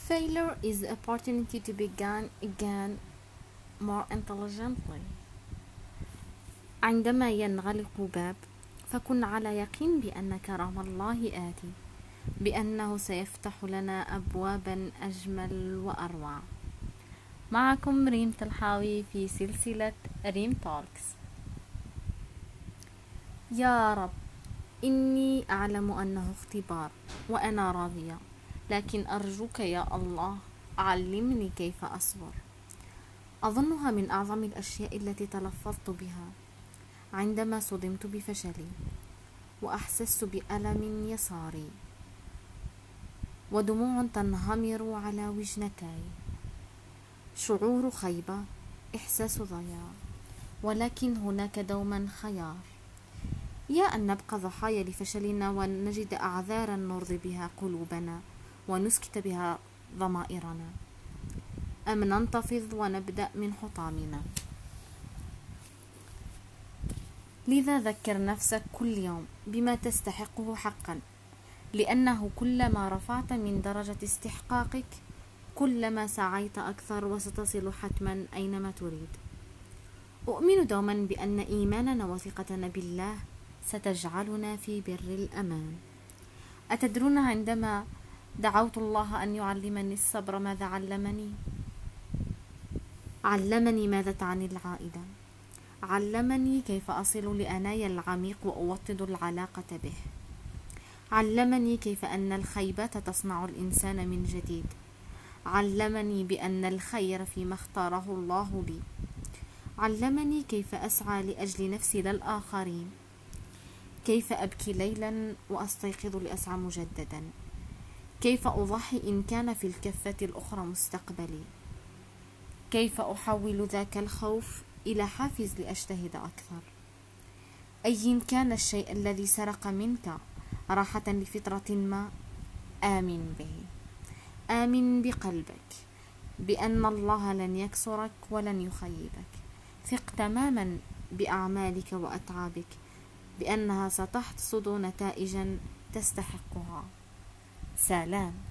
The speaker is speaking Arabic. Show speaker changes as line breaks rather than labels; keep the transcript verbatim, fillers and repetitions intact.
Failure is the opportunity to begin again more intelligently. عندما ينغلق باب فكن على يقين بأن كرم الله آتي، بأنه سيفتح لنا أبوابا أجمل وأروع. معكم ريم تلحاوي في سلسلة ريم توكس. يا رب، إني أعلم أنه اختبار وأنا راضية، لكن أرجوك يا الله علمني كيف أصبر. أظنها من أعظم الأشياء التي تلفظت بها عندما صدمت بفشلي وأحسست بألم يساري ودموع تنهمر على وجنتي، شعور خيبة، إحساس ضياع، ولكن هناك دوما خيار. يا أن نبقى ضحايا لفشلنا ونجد أعذارا نرضي بها قلوبنا ونسكت بها ضمائرنا، أم ننتفض ونبدأ من حطامنا. لذا ذكر نفسك كل يوم بما تستحقه حقا، لأنه كلما رفعت من درجة استحقاقك كلما سعيت أكثر وستصل حتما أينما تريد. أؤمن دوما بأن إيماننا وثقتنا بالله ستجعلنا في بر الأمان. أتدرون عندما دعوت الله أن يعلمني الصبر ماذا علمني؟ علمني ماذا تعني العائدة، علمني كيف أصل لأناي العميق وأوطد العلاقة به، علمني كيف أن الخيبة تصنع الإنسان من جديد، علمني بأن الخير فيما اختاره الله لي، علمني كيف أسعى لأجل نفسي لا الآخرين، كيف أبكي ليلا وأستيقظ لأسعى مجددا، كيف أضحي إن كان في الكفة الأخرى مستقبلي، كيف أحول ذاك الخوف إلى حافز لأجتهد أكثر. أيا كان الشيء الذي سرق منك راحة لفترة ما، آمن به، آمن بقلبك بأن الله لن يكسرك ولن يخيبك. ثق تماما بأعمالك وأتعابك بأنها ستحصد نتائجا تستحقها. سلام.